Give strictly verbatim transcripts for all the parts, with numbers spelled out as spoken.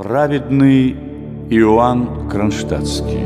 Праведный Иоанн Кронштадтский.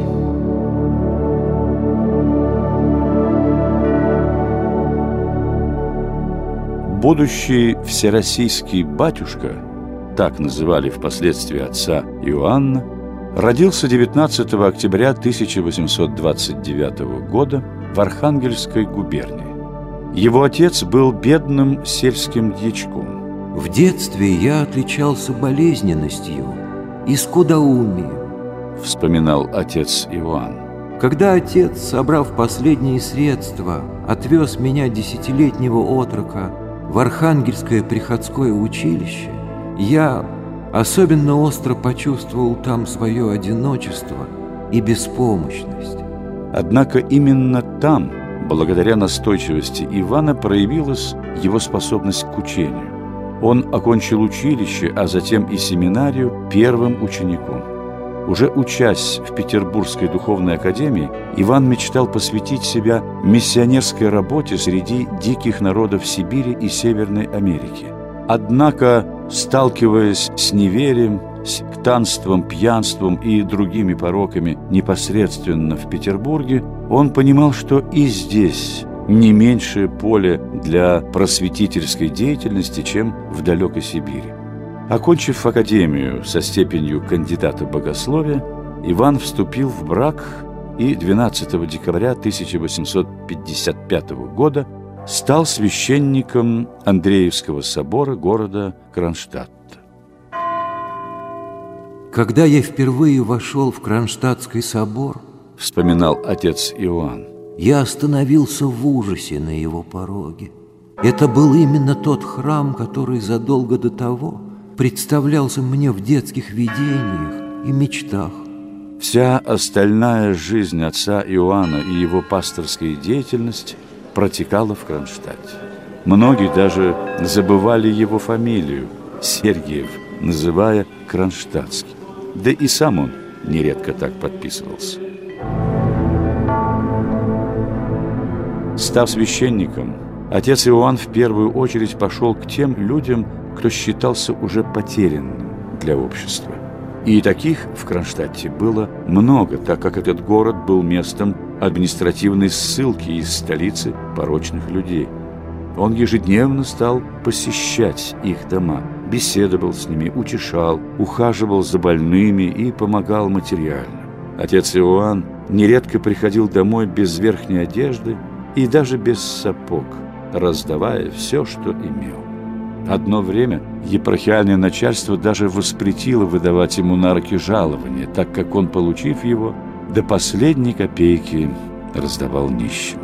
Будущий всероссийский батюшка, так называли впоследствии отца Иоанна, родился девятнадцатого октября тысяча восемьсот двадцать девятого года в Архангельской губернии. Его отец был бедным сельским дьячком. В детстве я отличался болезненностью и скудоумием, вспоминал отец Иоанн. Когда отец, собрав последние средства, отвез меня, десятилетнего отрока, в Архангельское приходское училище, я особенно остро почувствовал там свое одиночество и беспомощность. Однако именно там, благодаря настойчивости Ивана, проявилась его способность к учению. Он окончил училище, а затем и семинарию первым учеником. Уже учась в Петербургской духовной академии, Иван мечтал посвятить себя миссионерской работе среди диких народов Сибири и Северной Америки. Однако, сталкиваясь с неверием, сектантством, пьянством и другими пороками непосредственно в Петербурге, он понимал, что и здесь не меньшее поле для просветительской деятельности, чем в далекой Сибири. Окончив академию со степенью кандидата богословия, Иван вступил в брак и двенадцатого декабря тысяча восемьсот пятьдесят пятого года стал священником Андреевского собора города Кронштадта. Когда я впервые вошел в Кронштадтский собор, вспоминал отец Иоанн, я остановился в ужасе на его пороге. Это был именно тот храм, который задолго до того представлялся мне в детских видениях и мечтах. Вся остальная жизнь отца Иоанна и его пасторская деятельность протекала в Кронштадте. Многие даже забывали его фамилию – Сергиев, называя Кронштадтский. Да и сам он нередко так подписывался. Став священником, отец Иоанн в первую очередь пошел к тем людям, кто считался уже потерянным для общества. И таких в Кронштадте было много, так как этот город был местом административной ссылки из столицы порочных людей. Он ежедневно стал посещать их дома, беседовал с ними, утешал, ухаживал за больными и помогал материально. Отец Иоанн нередко приходил домой без верхней одежды и даже без сапог, раздавая все, что имел. Одно время епархиальное начальство даже воспретило выдавать ему на руки жалование, так как он, получив его, до последней копейки раздавал нищим.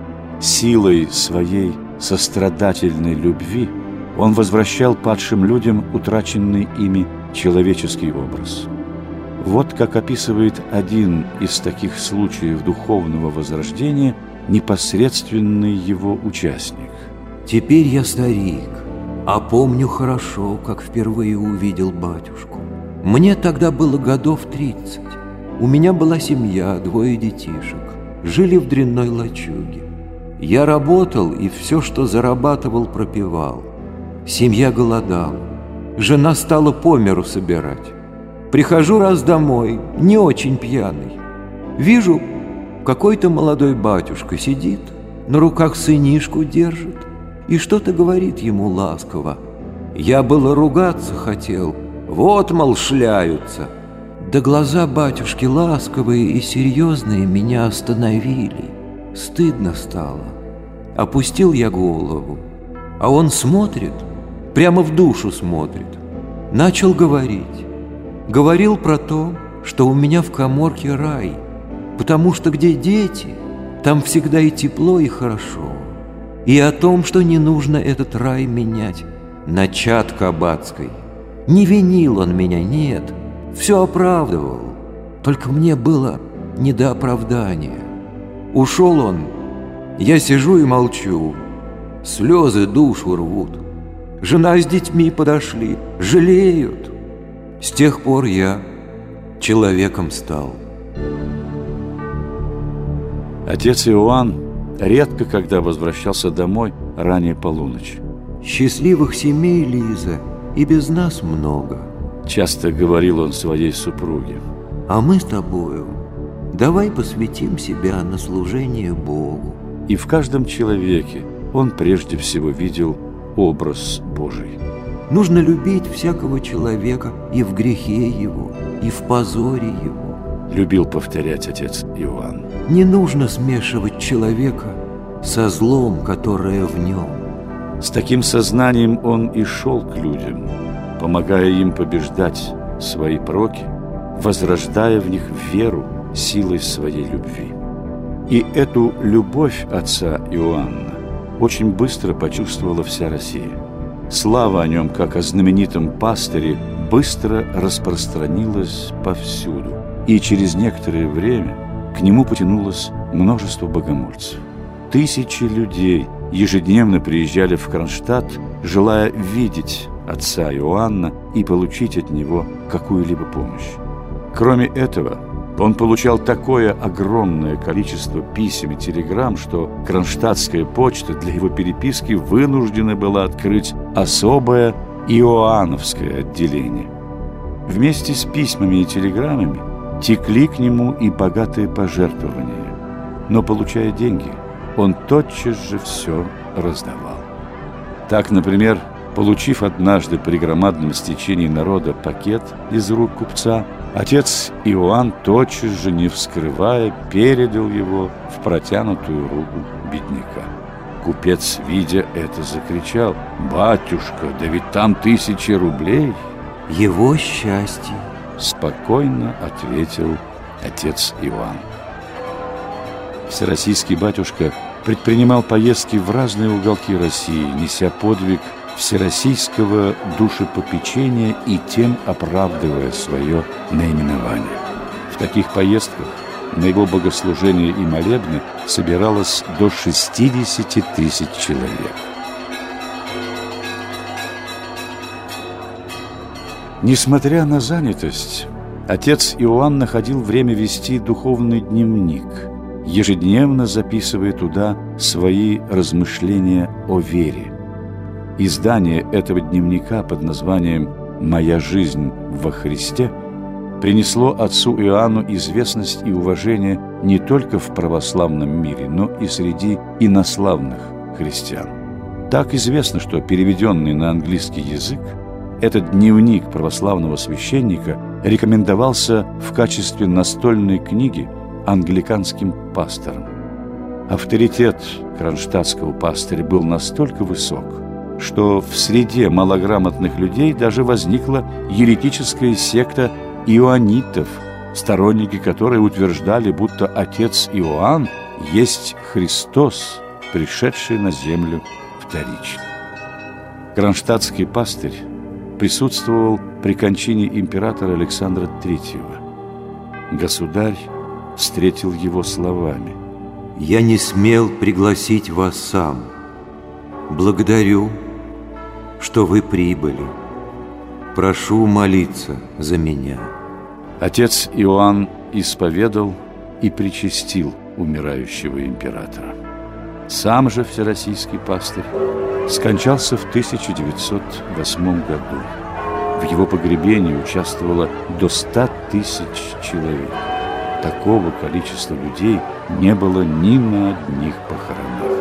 Силой своей сострадательной любви он возвращал падшим людям утраченный ими человеческий образ. Вот как описывает один из таких случаев духовного возрождения непосредственный его участник. «Теперь я старик, а помню хорошо, как впервые увидел батюшку. Мне тогда было годов тридцать. У меня была семья, двое детишек. Жили в дрянной лачуге. Я работал и все, что зарабатывал, пропивал. Семья голодала. Жена стала по миру собирать. Прихожу раз домой, не очень пьяный. Вижу, какой-то молодой батюшка сидит, на руках сынишку держит и что-то говорит ему ласково. Я было ругаться хотел, вот, мол, шляются. Да глаза батюшки ласковые и серьезные меня остановили. Стыдно стало. Опустил я голову, а он смотрит, прямо в душу смотрит. Начал говорить. Говорил про то, что у меня в каморке рай, потому что где дети, там всегда и тепло, и хорошо. И о том, что не нужно этот рай менять на чад кабацкой. Не винил он меня, нет, все оправдывал. Только мне было не до оправдания. Ушел он, я сижу и молчу. Слезы душу рвут. Жена с детьми подошли, жалеют. С тех пор я человеком стал. Отец Иоанн редко когда возвращался домой ранее полуночи. Счастливых семей, Лиза, и без нас много. часто говорил он своей супруге. А мы с тобою давай посвятим себя на служение Богу. И в каждом человеке он прежде всего видел образ Божий. Нужно любить всякого человека и в грехе его, и в позоре его. Любил повторять отец Иоанн. Не нужно смешивать человека со злом, которое в нем. С таким сознанием он и шел к людям, помогая им побеждать свои пороки, возрождая в них веру силой своей любви. И эту любовь отца Иоанна очень быстро почувствовала вся Россия. Слава о нем, как о знаменитом пастыре, быстро распространилась повсюду, и через некоторое время к нему потянулось множество богомольцев. Тысячи людей ежедневно приезжали в Кронштадт, желая видеть отца Иоанна и получить от него какую-либо помощь. Кроме этого, он получал такое огромное количество писем и телеграмм, что Кронштадтская почта для его переписки вынуждена была открыть особое Иоанновское отделение. Вместе с письмами и телеграммами текли к нему и богатые пожертвования. Но, получая деньги, он тотчас же все раздавал. Так, например, получив однажды при громадном стечении народа пакет из рук купца, отец Иоанн тотчас же, не вскрывая, передал его в протянутую руку бедняка. Купец, видя это, закричал: «Батюшка, да ведь там тысячи рублей!» «Его счастье!» — спокойно ответил отец Иоанн. Всероссийский батюшка предпринимал поездки в разные уголки России, неся подвиг всероссийского душепопечения и тем оправдывая свое наименование. В таких поездках на его богослужения и молебны собиралось до шестидесяти тысяч человек. Несмотря на занятость, отец Иоанн находил время вести духовный дневник, ежедневно записывая туда свои размышления о вере. Издание этого дневника под названием «Моя жизнь во Христе» принесло отцу Иоанну известность и уважение не только в православном мире, но и среди инославных христиан. Так известно, что переведенный на английский язык, этот дневник православного священника рекомендовался в качестве настольной книги англиканским пасторам. Авторитет кронштадтского пастыря был настолько высок, что в среде малограмотных людей даже возникла еретическая секта иоаннитов, сторонники которой утверждали, будто отец Иоанн есть Христос, пришедший на землю вторично. Кронштадтский пастырь присутствовал при кончине императора Александра Третьего. Государь встретил его словами: «Я не смел пригласить вас сам. Благодарю, что вы прибыли. Прошу молиться за меня». Отец Иоанн исповедал и причастил умирающего императора. Сам же всероссийский пастырь скончался в тысяча девятьсот восьмом году. В его погребении участвовало до ста тысяч человек. Такого количества людей не было ни на одних похоронах.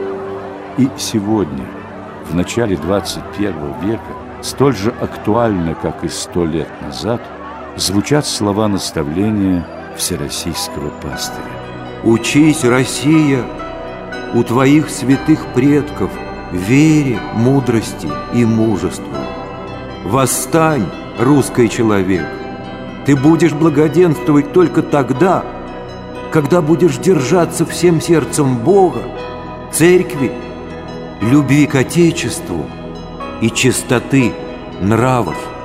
И сегодня, в начале двадцать первого века, столь же актуально, как и сто лет назад, звучат слова наставления всероссийского пастыря. «Учись, Россия, у твоих святых предков вере, мудрости и мужеству. Восстань, русский человек! Ты будешь благоденствовать только тогда, когда будешь держаться всем сердцем Бога, Церкви, любви к Отечеству и чистоты нравов».